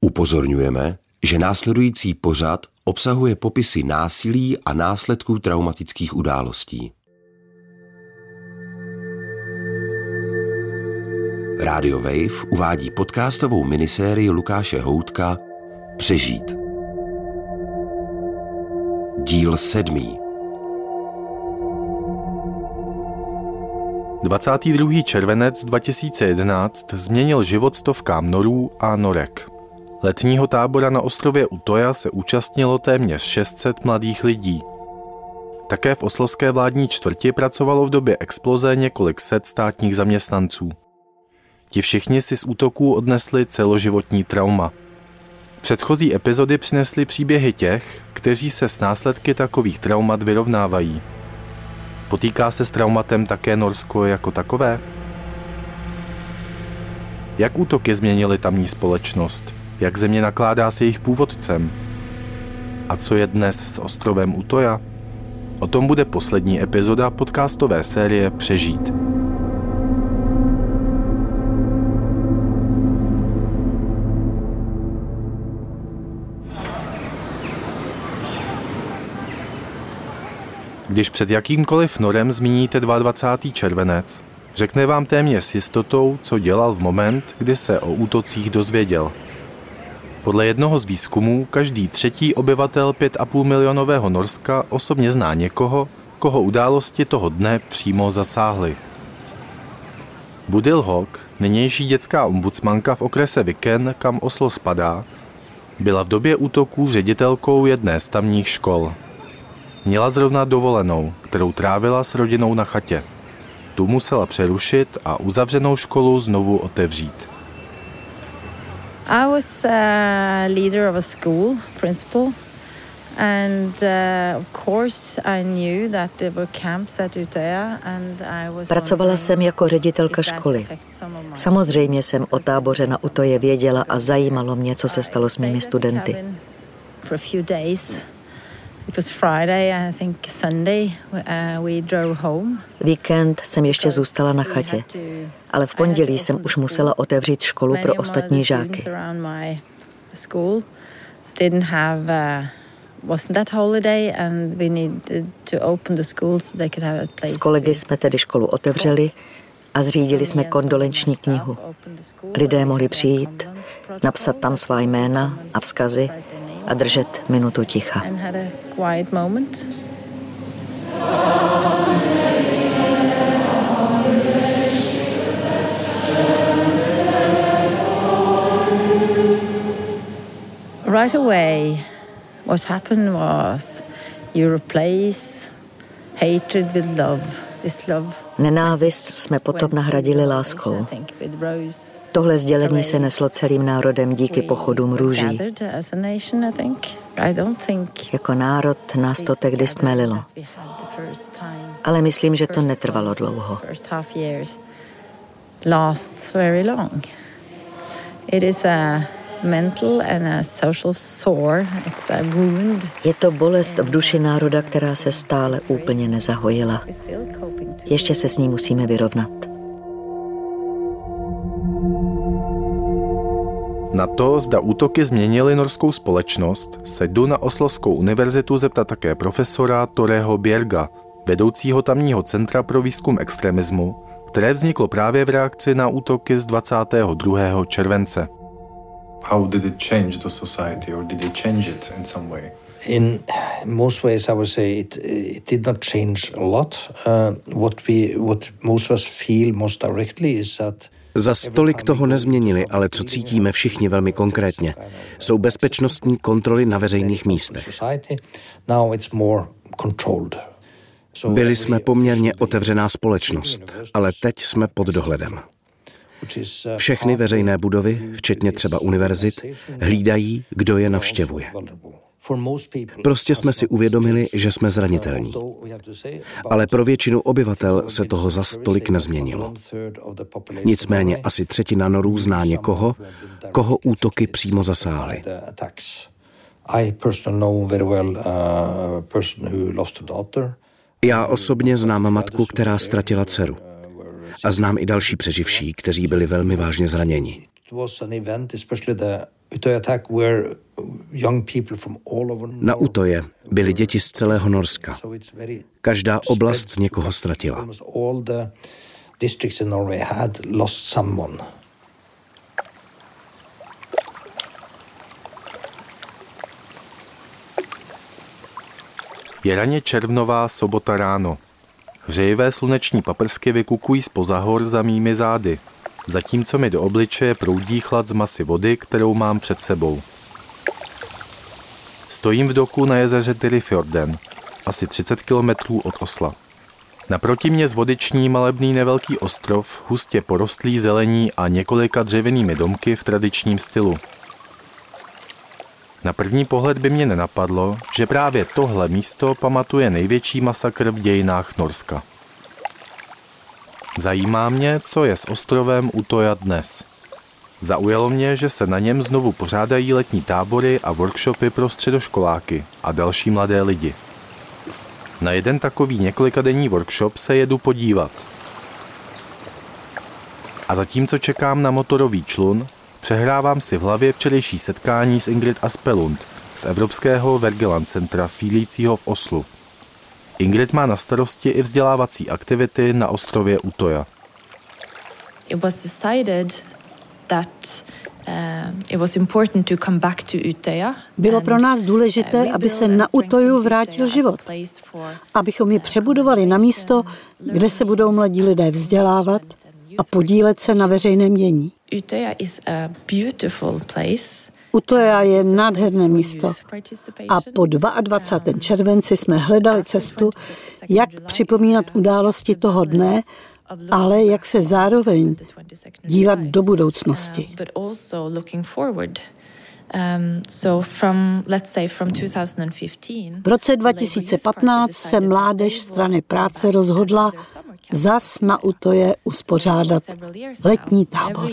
Upozorňujeme, že následující pořad obsahuje popisy násilí a následků traumatických událostí. Radio Wave uvádí podcastovou minisérii Lukáše Houtka Přežít. Díl 7. 22. červenec 2011 změnil život stovkám norů a norek. Letního tábora na ostrově Utoja se účastnilo téměř 600 mladých lidí. Také v oslovské vládní čtvrti pracovalo v době exploze několik set státních zaměstnanců. Ti všichni si z útoků odnesli celoživotní trauma. Předchozí epizody přinesly příběhy těch, kteří se s následky takových traumat vyrovnávají. Potýká se s traumatem také Norsko jako takové? Jak útoky změnily tamní společnost? Jak země nakládá s jejich původcem? A co je dnes s ostrovem Utoja? O tom bude poslední epizoda podcastové série Přežít. Když před jakýmkoliv norem zmíníte 22. červenec, řekne vám téměř s jistotou, co dělal v moment, kdy se o útocích dozvěděl. Podle jednoho z výzkumů každý třetí obyvatel 5,5 milionového Norska osobně zná někoho, koho události toho dne přímo zasáhly. Bodil Hawk, nynější dětská ombudsmanka v okrese Viken, kam Oslo spadá, byla v době útoků ředitelkou jedné z tamních škol. Měla zrovna dovolenou, kterou trávila s rodinou na chatě. Tu musela přerušit a uzavřenou školu znovu otevřít. I was leader of a school, principal, and of course I knew that there were camps at Utoya and I was. Pracovala jsem jako ředitelka školy. Samozřejmě jsem o táboře na Utoje věděla a zajímalo mě, co se stalo s mými studenty. For a few days. It was Friday, I think Sunday, we drove home. Víkend jsem ještě zůstala na chatě, ale v pondělí jsem už musela otevřít školu pro ostatní žáky. S kolegy jsme tedy školu otevřeli a zřídili jsme kondolenční knihu. Lidé mohli přijít, napsat tam svá jména a vzkazy a držet minutu ticha. Right away, what happened was you replace hatred with love. Nenávist jsme potom nahradili láskou. Tohle sdělení se neslo celým národem díky pochodům růží. Jako národ nás to tehdy stmelilo. Ale myslím, že to netrvalo dlouho. Je to bolest v duši národa, která se stále úplně nezahojila. Ještě se s ní musíme vyrovnat. Na to, zda útoky změnily norskou společnost, se jdu na Oslovskou univerzitu zeptat také profesora Toreho Bjerga, vedoucího tamního centra pro výzkum extremismu, které vzniklo právě v reakci na útoky z 22. července. How did it change the society, or did it change it in some way? In most ways, I would say it did not change a lot. What most of us feel most directly is that. Zas tolik toho nezměnili, ale co cítíme všichni velmi konkrétně, jsou bezpečnostní kontroly na veřejných místech. Byli jsme poměrně otevřená společnost, ale teď jsme pod dohledem. Všechny veřejné budovy, včetně třeba univerzit, hlídají, kdo je navštěvuje. Prostě jsme si uvědomili, že jsme zranitelní. Ale pro většinu obyvatel se toho zas tolik nezměnilo. Nicméně asi třetina Norů zná někoho, koho útoky přímo zasáhly. Já osobně znám matku, která ztratila dceru. A znám i další přeživší, kteří byli velmi vážně zraněni. Na Utoje byly děti z celého Norska. Každá oblast někoho ztratila. Je raně červnová sobota ráno. Hřejivé sluneční paprsky vykukují zpoza hor za mými zády, zatímco mi do obličeje proudí chlad z masy vody, kterou mám před sebou. Stojím v doku na jezeře Tyrifjorden, asi 30 kilometrů od Osla. Naproti mě z vody ční malebný nevelký ostrov, hustě porostlý zelení a několika dřevěnými domky v tradičním stylu. Na první pohled by mě nenapadlo, že právě tohle místo pamatuje největší masakr v dějinách Norska. Zajímá mě, co je s ostrovem Utoja dnes. Zaujalo mě, že se na něm znovu pořádají letní tábory a workshopy pro středoškoláky a další mladé lidi. Na jeden takový několikadenní workshop se jedu podívat. A zatímco čekám na motorový člun, přehrávám si v hlavě včerejší setkání s Ingrid Aspelund z Evropského Wergeland centra sídlícího v Oslu. Ingrid má na starosti i vzdělávací aktivity na ostrově Utoja. It was decided that it was important to come back to Utoja. Bylo pro nás důležité, aby se na Utoju vrátil život. Abychom ji přebudovali na místo, kde se budou mladí lidé vzdělávat a podílet se na veřejném dění. Utoja je nádherné místo a po 22. červenci jsme hledali cestu, jak připomínat události toho dne, ale jak se zároveň dívat do budoucnosti. V roce 2015 se mládež Strany práce rozhodla zas na Utoje uspořádat letní tábor.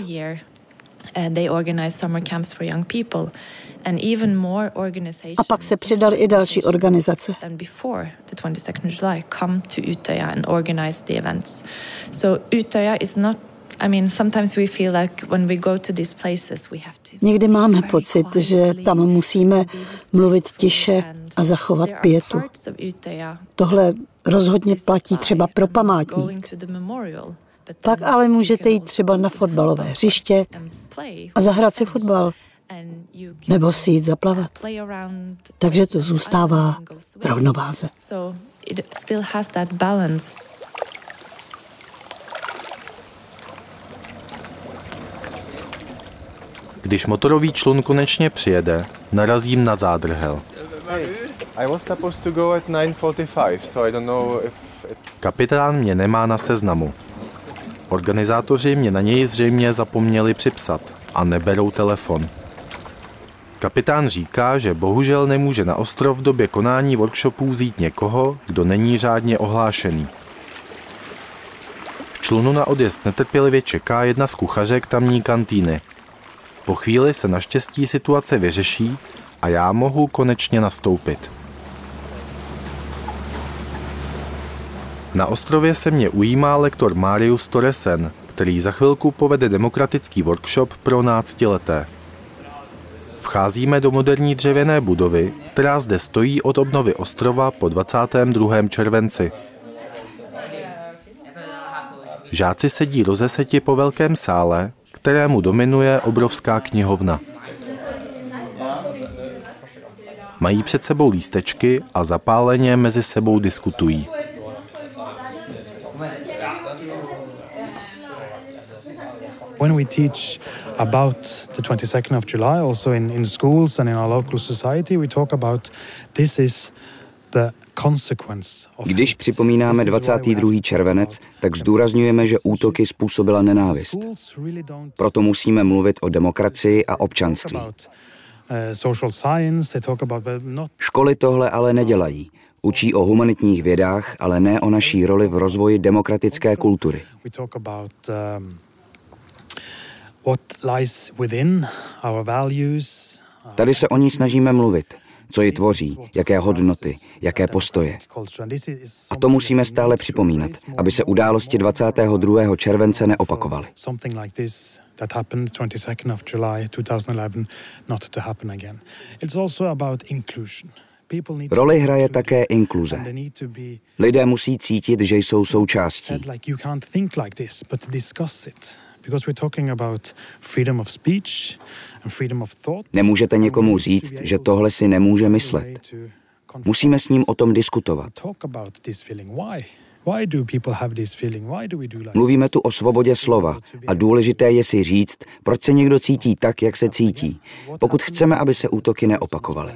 A pak se přidaly i další organizace. Někdy máme pocit, že tam musíme mluvit tiše a zachovat pietu. Tohle rozhodně platí třeba pro památník. Pak ale můžete jít třeba na fotbalové hřiště a zahrát si fotbal. Nebo si jít zaplavat. Takže to zůstává v rovnováze. Když motorový člun konečně přijede, narazím na zádrhel. Kapitán mě nemá na seznamu. Organizátoři mě na něj zřejmě zapomněli připsat a neberou telefon. Kapitán říká, že bohužel nemůže na ostrov v době konání workshopů vzít někoho, kdo není řádně ohlášený. V člunu na odjezd netrpělivě čeká jedna z kuchařek tamní kantýny. Po chvíli se naštěstí situace vyřeší a já mohu konečně nastoupit. Na ostrově se mě ujímá lektor Marius Toresen, který za chvilku povede demokratický workshop pro náctileté. Vcházíme do moderní dřevěné budovy, která zde stojí od obnovy ostrova po 22. červenci. Žáci sedí rozeseti po velkém sále, kterému dominuje obrovská knihovna. Mají před sebou lístečky a zapáleně mezi sebou diskutují. When we teach about the 22nd of July, also in schools and in our local society, we talk about this is the consequence. Když připomínáme 22. červenec, tak zdůrazňujeme, že útoky způsobila nenávist. Proto musíme mluvit o demokracii a občanství. Školy tohle ale nedělají. Učí o humanitních vědách, ale ne o naší roli v rozvoji demokratické kultury. Tady se o ní snažíme mluvit. co ji tvoří, jaké hodnoty, jaké postoje. A to musíme stále připomínat, aby se události 22. července neopakovaly. That happened 22nd of July 2011 not to happen again. It's also about inclusion. Roli hraje také inkluze. Lidé musí cítit, že jsou součástí. Nemůžete někomu říct, že tohle si nemůže myslet. Musíme s ním o tom diskutovat. Mluvíme tu o svobodě slova a důležité je si říct, proč se někdo cítí tak, jak se cítí, pokud chceme, aby se útoky neopakovaly.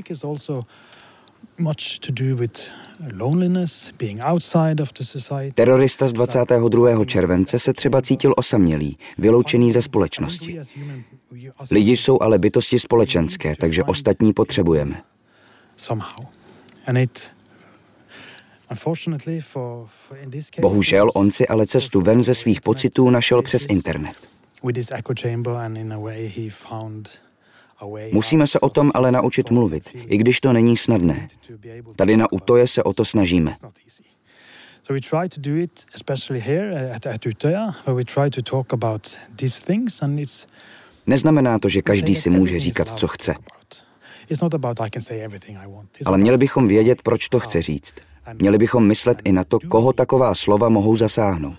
Terorista z 22. července se třeba cítil osamělý, vyloučený ze společnosti. Lidi jsou ale bytosti společenské, takže ostatní potřebujeme. Bohužel on si ale cestu ven ze svých pocitů našel přes internet. Musíme se o tom ale naučit mluvit, i když to není snadné. Tady na Utoje se o to snažíme. Neznamená to, že každý si může říkat, co chce. Ale měli bychom vědět, proč to chce říct. Měli bychom myslet i na to, koho taková slova mohou zasáhnout.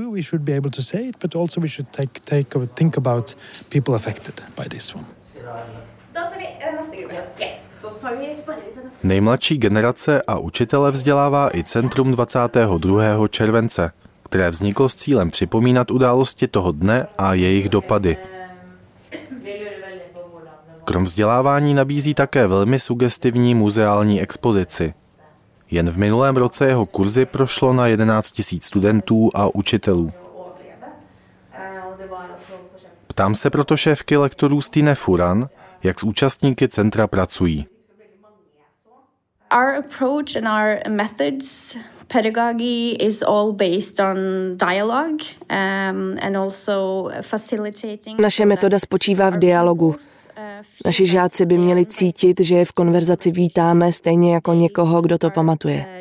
Nejmladší generace a učitele vzdělává i Centrum 22. července, které vzniklo s cílem připomínat události toho dne a jejich dopady. Krom vzdělávání nabízí také velmi sugestivní muzeální expozici. Jen v minulém roce jeho kurzy prošlo na 11 000 studentů a učitelů. Ptám se proto šéfky lektorů Stine Furan, jak s účastníky centra pracují. Our approach and our methods, pedagogy is all based on dialogue and also facilitating. Naše metoda spočívá v dialogu. Naši žáci by měli cítit, že je v konverzaci vítáme stejně jako někoho, kdo to pamatuje.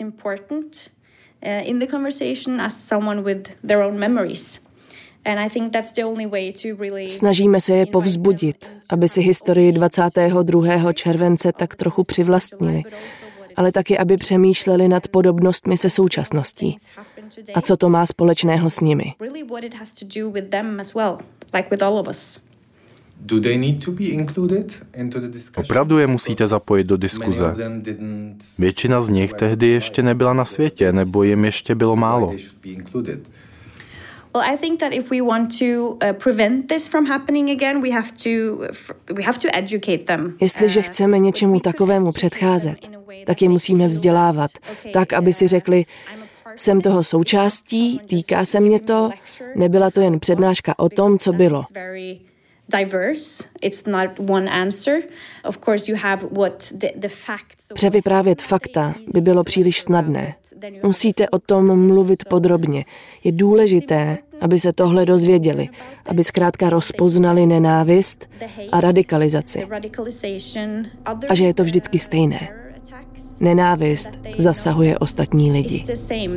Snažíme se je povzbudit, aby si historii 22. července tak trochu přivlastnili, ale taky, aby přemýšleli nad podobnostmi se současností. A co to má společného s nimi? Opravdu je musíte zapojit do diskuze. Většina z nich tehdy ještě nebyla na světě, nebo jim ještě bylo málo. Well, I think that if we want to prevent this from happening again, we have to educate them. Jestliže chceme něčemu takovému předcházet, tak je musíme vzdělávat, tak, aby si řekli, jsem toho součástí, týká se mě to, nebyla to jen přednáška o tom, co bylo. Převyprávět fakta by bylo příliš snadné. Musíte o tom mluvit podrobně. Je důležité, aby se tohle dozvěděli, aby zkrátka rozpoznali nenávist a radikalizaci. A že je to vždycky stejné. Nenávist zasahuje ostatní lidi.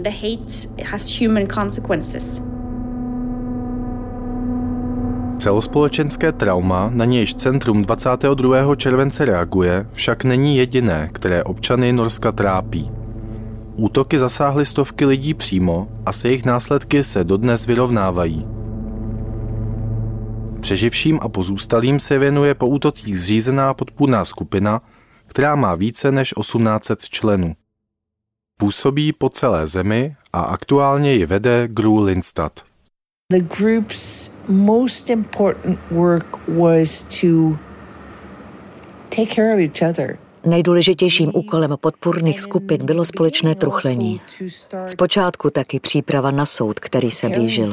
Celospolečenské trauma, na nějž Centrum 22. července reaguje, však není jediné, které občany Norska trápí. Útoky zasáhly stovky lidí přímo a se jejich následky se dodnes vyrovnávají. Přeživším a pozůstalým se věnuje po útocích zřízená podpůrná skupina, která má více než 1800 členů. Působí po celé zemi a aktuálně ji vede Gru Lindstad. The group's most important work was to take care of each other. Nejdůležitějším úkolem podpůrných skupin bylo společné truchlení. Zpočátku taky příprava na soud, který se blížil.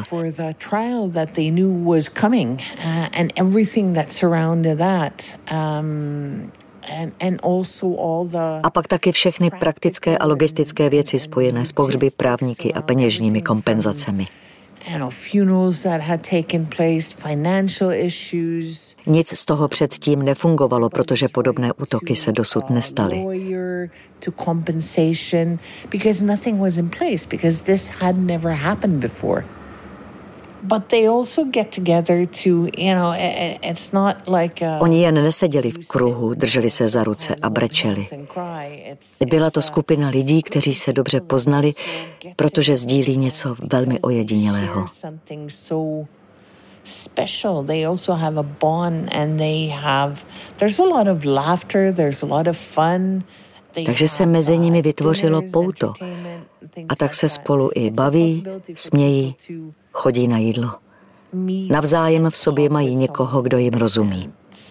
A pak taky všechny praktické a logistické věci spojené s pohřby, právníky a peněžními kompenzacemi. funerals that had taken place, financial issues. Nic z toho předtím nefungovalo, protože podobné útoky se dosud nestaly. To compensation, because nothing was in place, because this had never happened before. But they also get together to, it's not like Oni jen neseděli v kruhu, drželi se za ruce a brečeli. Byla to skupina lidí, kteří se dobře poznali, protože sdílí něco velmi ojedinělého. Special. They also have a bond and there's a lot of laughter, there's a lot of fun. Takže se mezi nimi vytvořilo pouto. A tak se spolu i baví, smějí, chodí na jídlo. Navzájem v sobě mají někoho, kdo jim rozumí.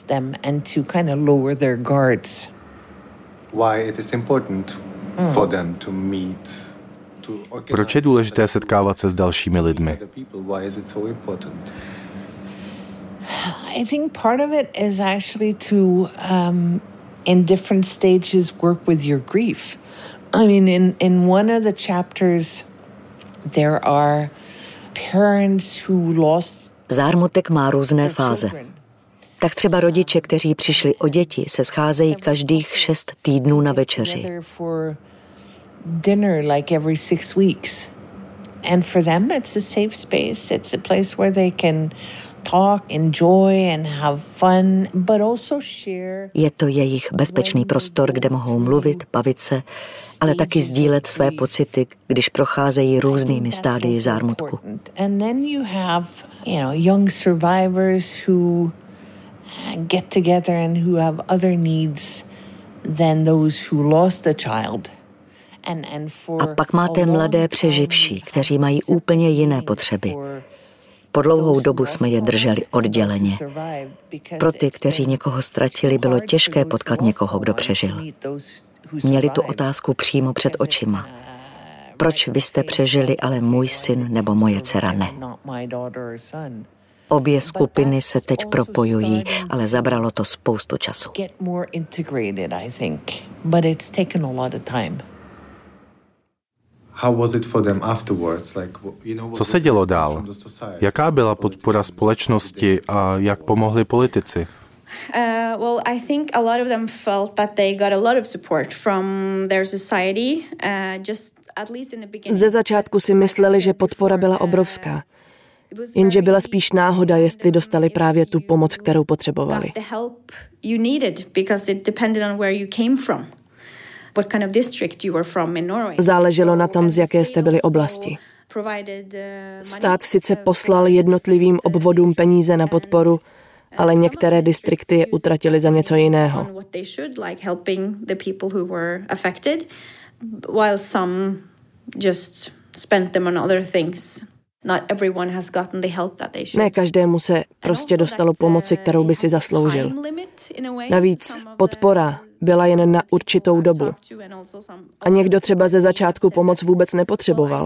Proč je důležité setkávat se s dalšími lidmi? I think part of it is actually to in different stages work with your grief. I mean, in one of the chapters there are parents who lost. Zármutek má různé fáze. Tak třeba rodiče, kteří přišli o děti, se scházejí každých 6 týdnů na večeři. Dinner like every 6 weeks. And for them it's a safe space. It's a place where they can talk, enjoy and have fun, but also share. Je to jejich bezpečný prostor, kde mohou mluvit, bavit se, ale taky sdílet své pocity, když procházejí různými stádii zármutku. And then you have, young survivors who get together and who have other needs than those who lost a child. A pak máte mladé přeživší, kteří mají úplně jiné potřeby. Po dlouhou dobu jsme je drželi odděleně. Pro ty, kteří někoho ztratili, bylo těžké potkat někoho, kdo přežil. Měli tu otázku přímo před očima. Proč vy jste přežili, ale můj syn nebo moje dcera ne? Obě skupiny se teď propojují, ale zabralo to spoustu času. Co se dělo dál? Jaká byla podpora společnosti a jak pomohli politici? Well, I think a lot of them felt that they got a lot of support from their society. Just at least in the beginning. Ze začátku si mysleli, že podpora byla obrovská. Jenže byla spíš náhoda, jestli dostali právě tu pomoc, kterou potřebovali. Záleželo na tom, z jaké jste byli oblasti. Stát sice poslal jednotlivým obvodům peníze na podporu, ale některé distrikty je utratily za něco jiného. Ne každému se prostě dostalo pomoci, kterou by si zasloužil. Navíc podpora byla jen na určitou dobu. A někdo třeba ze začátku pomoc vůbec nepotřeboval.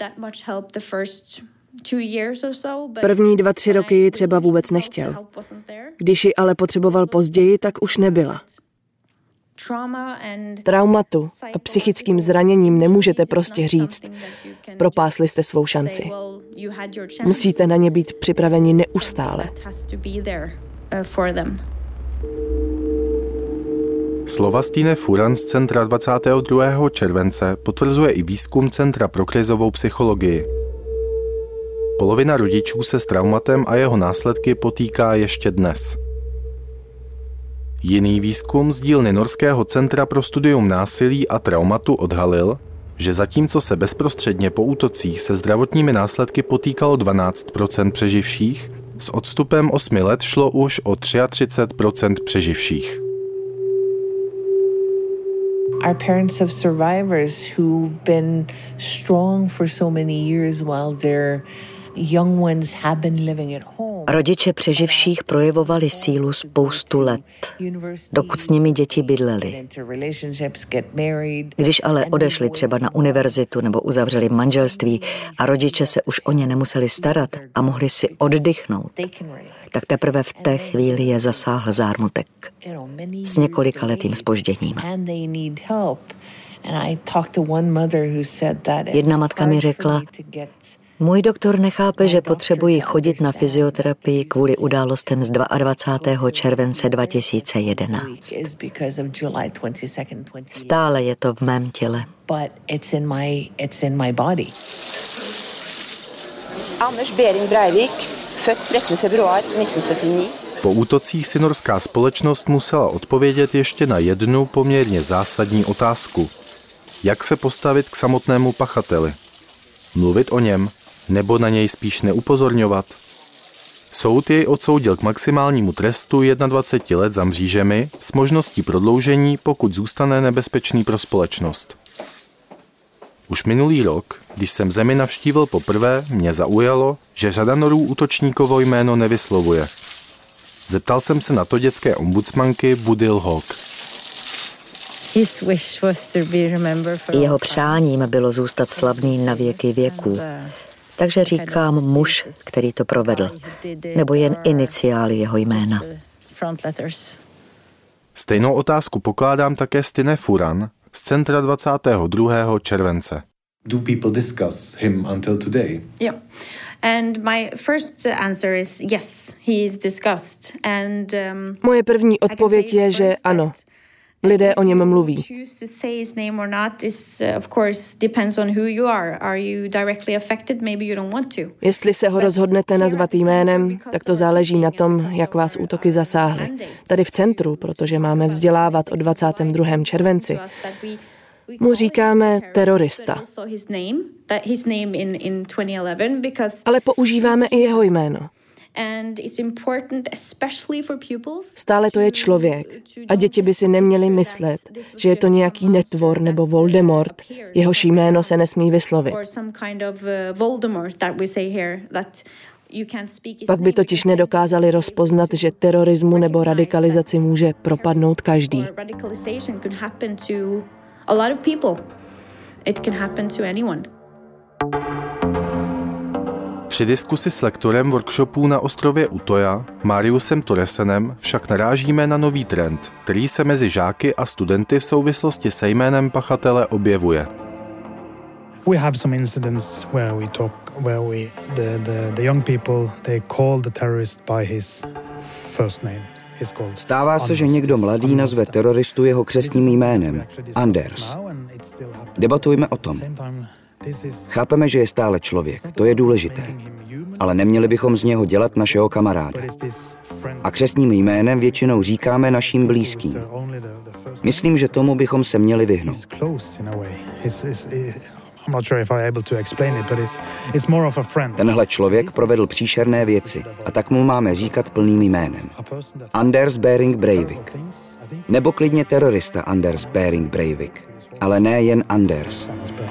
První 2-3 roky ji třeba vůbec nechtěl. Když ji ale potřeboval později, tak už nebyla. Traumatu a psychickým zraněním nemůžete prostě říct, propásli jste svou šanci. Musíte na ně být připraveni neustále. Slova Stine Furan z Centra 22. července potvrzuje i výzkum Centra pro krizovou psychologii. Polovina rodičů se s traumatem a jeho následky potýká ještě dnes. Jiný výzkum z dílny Norského centra pro studium násilí a traumatu odhalil, že zatímco se bezprostředně po útocích se zdravotními následky potýkalo 12% přeživších, s odstupem 8 let šlo už o 33% přeživších. Our parents of survivors who've been strong for so many years while their young ones have been living at home. Rodiče přeživších projevovali sílu spoustu let, dokud s nimi děti bydlely. Když ale odešli třeba na univerzitu nebo uzavřeli manželství a rodiče se už o ně nemuseli starat a mohli si oddychnout, tak teprve v té chvíli je zasáhl zármutek s několikaletým zpožděním. Jedna matka mi řekla, Můj doktor nechápe, že potřebuji chodit na fyzioterapii kvůli událostem z 22. července 2011. Stále je to v mém těle. Anders Behring Breivik, født 13. februar 1979. Po útocích si norská společnost musela odpovědět ještě na jednu poměrně zásadní otázku. Jak se postavit k samotnému pachateli? Mluvit o něm, nebo na něj spíš neupozorňovat? Soud jej odsoudil k maximálnímu trestu 21 let za mřížemi s možností prodloužení, pokud zůstane nebezpečný pro společnost. Už minulý rok, když jsem zemi navštívil poprvé, mě zaujalo, že řada Norů útočníkovo jméno nevyslovuje. Zeptal jsem se na to dětské ombudsmanky Bodil Hawk. Jeho přáním bylo zůstat slavný na věky věků. Takže říkám muž, který to provedl, nebo jen iniciály jeho jména. Stejnou otázku pokládám také Stine Furan z centra 22. července. Do people discuss him until today? Yeah. And my first answer is yes, he is discussed. And moje první odpověď je, že ano. Lidé o něm mluví. Jestli se ho rozhodnete nazvat jménem, tak to záleží na tom, jak vás útoky zasáhly. Tady v centru, protože máme vzdělávat o 22. červenci, mu říkáme terorista. Ale používáme i jeho jméno. Stále to je člověk a děti by si neměly myslet, že je to nějaký netvor nebo Voldemort, jehož jméno se nesmí vyslovit. Pak by totiž nedokázali rozpoznat, že terorismu nebo radikalizaci může propadnout každý. Při diskusi s lektorem workshopů na ostrově Utoja, Mariusem Toresenem, však narážíme na nový trend, který se mezi žáky a studenty v souvislosti se jménem pachatele objevuje. We have some incidents where the young people they call the terrorist by his first name. Stává se, že někdo mladý nazve teroristu jeho křestním jménem, Anders. Debatujme o tom. Chápeme, že je stále člověk, to je důležité, ale neměli bychom z něho dělat našeho kamaráda. A křestním jménem většinou říkáme našim blízkým. Myslím, že tomu bychom se měli vyhnout. Tenhle člověk provedl příšerné věci a tak mu máme říkat plným jménem. Anders Behring Breivik. Nebo klidně terorista Anders Behring Breivik. Ale ne jen Anders.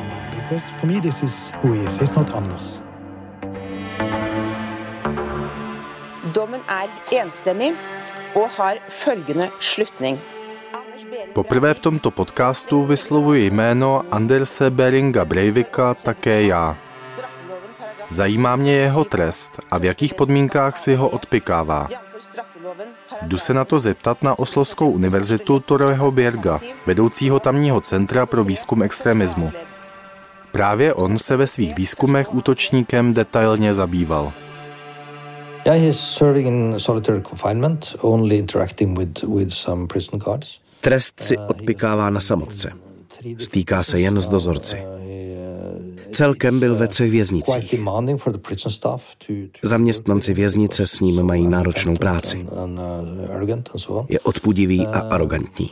Dommen enstemmig og har følgende slutning. Poprvé v tomto podcastu vyslovuji jméno Anderse Behringa Breivika také já. Zajímá mě jeho trest a v jakých podmínkách si ho odpykává. Jdu se na to zeptat na Oslovskou univerzitu Toreho Bjerga, vedoucího tamního centra pro výzkum extremismu. Právě on se ve svých výzkumech útočníkem detailně zabýval. Yeah, he's serving in solitary confinement, only interacting with some prison guards. Trest si odpykává na samotce. Stýká se jen s dozorci. Celkem byl ve 3 věznicích. Zaměstnanci věznice s ním mají náročnou práci. Je odpudivý a arrogantní.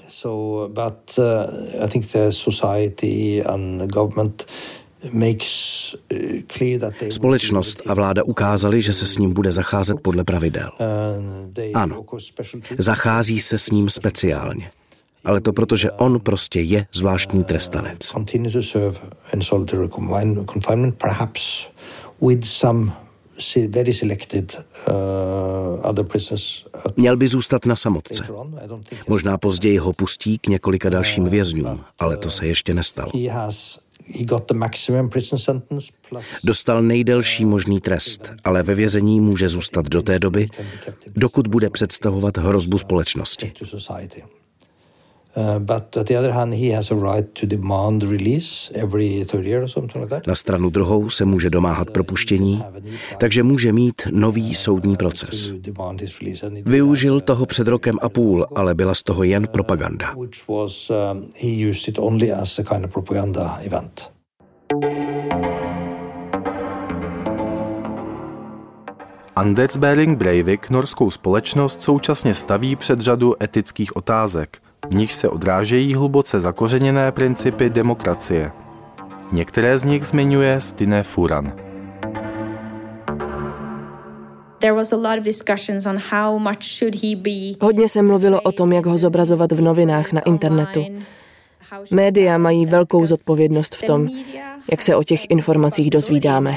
Společnost a vláda ukázali, že se s ním bude zacházet podle pravidel. Ano, zachází se s ním speciálně. Ale to proto, že on prostě je zvláštní trestanec. Měl by zůstat na samotce. Možná později ho pustí k několika dalším vězňům, ale to se ještě nestalo. Dostal nejdelší možný trest, ale ve vězení může zůstat do té doby, dokud bude představovat hrozbu společnosti. Na stranu druhou se může domáhat propuštění, takže může mít nový soudní proces. Využil toho před rokem a půl, ale byla z toho jen propaganda. Anders Behring Breivik norskou společnost současně staví před řadu etických otázek, v nich se odrážejí hluboce zakořeněné principy demokracie. Některé z nich zmiňuje Stine Furan. Hodně se mluvilo o tom, jak ho zobrazovat v novinách, na internetu. Média mají velkou zodpovědnost v tom, jak se o těch informacích dozvídáme.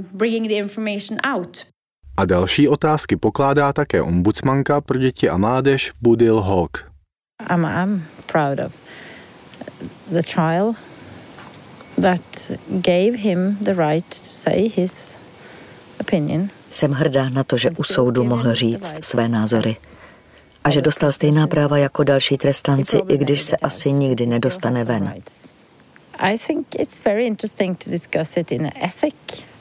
A další otázky pokládá také ombudsmanka pro děti a mládež Bodil Hawk. I'm proud of the trial that gave him the right to say his opinion. Jsem hrdá na to, že u soudu mohl říct své názory a že dostal stejná práva jako další trestanci, i když se asi nikdy nedostane ven. I think it's very interesting to discuss it in ethic.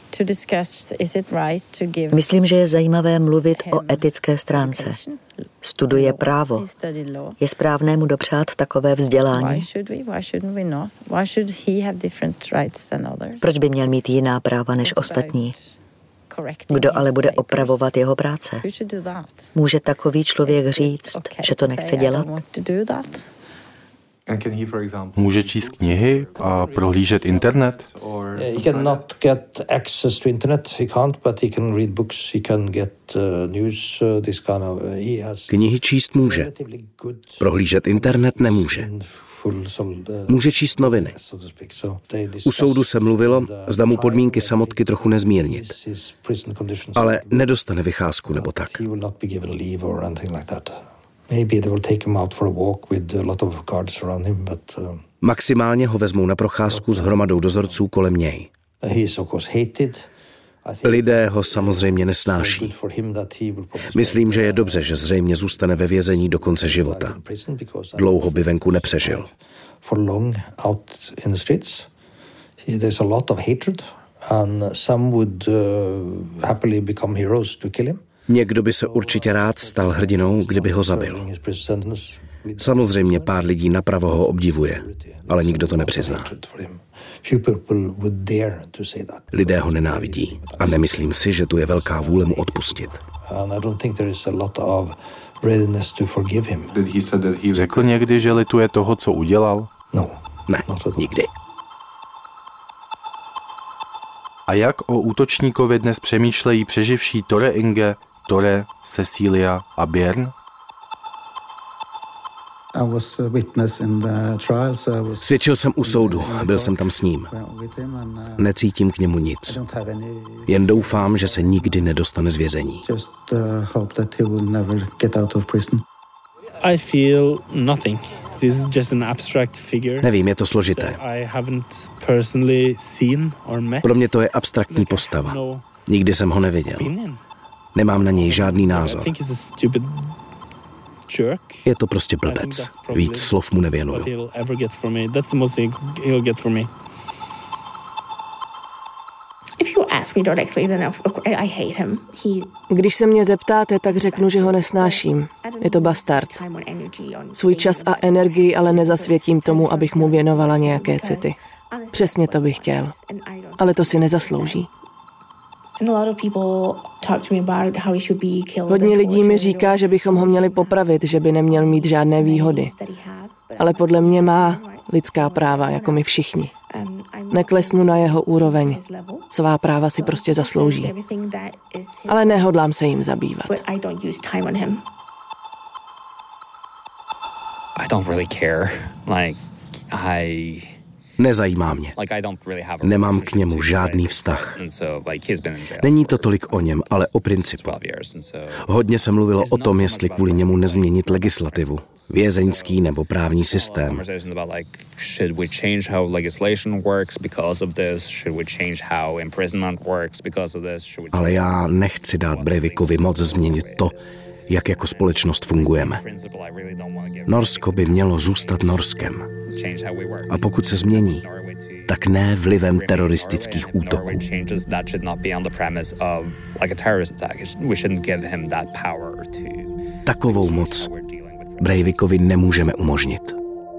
Myslím, že je zajímavé mluvit o etické stránce. Studuje právo. Je správné mu dopřát takové vzdělání? Proč by měl mít jiná práva než ostatní? Kdo ale bude opravovat jeho práce? Může takový člověk říct, že to nechce dělat? Může číst knihy a prohlížet internet? He cannot get access to internet. He can't, but he can read books. He can get news. This kind of. He has. Knihy číst může. Prohlížet internet nemůže. Může číst noviny. U soudu se mluvilo, zda mu podmínky samotky trochu nezmírnit. Ale nedostane vycházku nebo tak. Maximálně ho vezmou na procházku s hromadou dozorců kolem něj. Lidé ho samozřejmě nesnáší. Myslím, že je dobře, že zřejmě zůstane ve vězení do konce života. Dlouho by venku nepřežil. Někdo by se určitě rád stal hrdinou, kdyby ho zabil. Samozřejmě pár lidí napravo ho obdivuje, ale nikdo to nepřizná. Lidé ho nenávidí a nemyslím si, že tu je velká vůle mu odpustit. Řekl někdy, že lituje toho, co udělal? Ne, nikdy. A jak o útočníkovi dnes přemýšlejí přeživší Tore Inge, Tore, Cecilia a Björn? Svědčil jsem u soudu, byl jsem tam s ním. Necítím k němu nic. Jen doufám, že se nikdy nedostane z vězení. I feel nothing. This is just an abstract figure. Nevím, je to složité. I haven't personally seen or met. Pro mě to je abstraktní postava. Nikdy jsem ho neviděl. Nemám na něj žádný názor. Je to prostě blbec. Víc slov mu nevěnuju. Když se mě zeptáte, tak řeknu, že ho nesnáším. Je to bastard. Svůj čas a energii ale nezasvětím tomu, abych mu věnovala nějaké city. Přesně to bych chtěl. Ale to si nezaslouží. Hodně lidí mi říká, že bychom ho měli popravit, že by neměl mít žádné výhody. Ale podle mě má lidská práva, jako my všichni. Neklesnu na jeho úroveň. Svá práva si prostě zaslouží. Ale nehodlám se jim zabývat. Nezajímá mě. Nemám k němu žádný vztah. Není to tolik o něm, ale o principu. Hodně se mluvilo o tom, jestli kvůli němu nezměnit legislativu, vězeňský nebo právní systém. Ale já nechci dát Breivikovi moc změnit to, jak jako společnost fungujeme. Norsko by mělo zůstat Norskem. A pokud se změní, tak ne vlivem teroristických útoků. Takovou moc Breivikovi nemůžeme umožnit.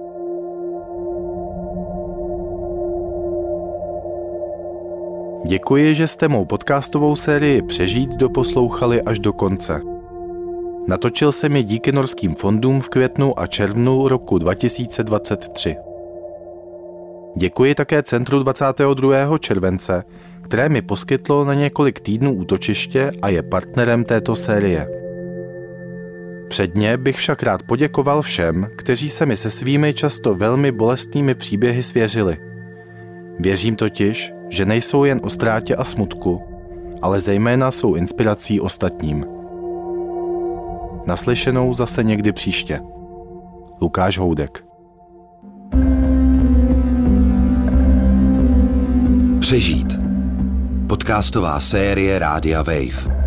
Děkuji, že jste mou podcastovou sérii Přežít doposlouchali až do konce. Natočil jsem ji díky norským fondům v květnu a červnu roku 2023. Děkuji také Centru 22. července, které mi poskytlo na několik týdnů útočiště a je partnerem této série. Předně bych však rád poděkoval všem, kteří se mi se svými často velmi bolestnými příběhy svěřili. Věřím totiž, že nejsou jen o ztrátě a smutku, ale zejména jsou inspirací ostatním. Naslyšenou zase někdy příště. Lukáš Houdek. Přežít. Podcastová série Rádia Wave.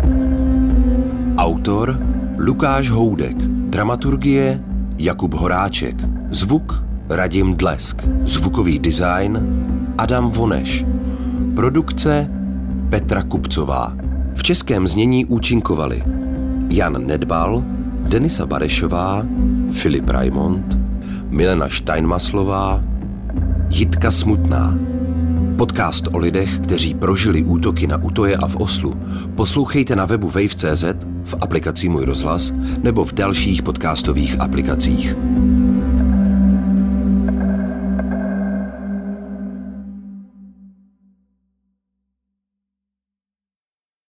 Autor Lukáš Houdek. Dramaturgie Jakub Horáček. Zvuk Radim Dlesk. Zvukový design Adam Voneš. Produkce Petra Kupcová. V českém znění účinkovali Jan Nedbal, Denisa Barešová, Filip Raimond, Milena Steinmaslová, Jitka Smutná. Podcast o lidech, kteří prožili útoky na Utoje a v Oslu, poslouchejte na webu wave.cz, v aplikaci Můj rozhlas nebo v dalších podcastových aplikacích.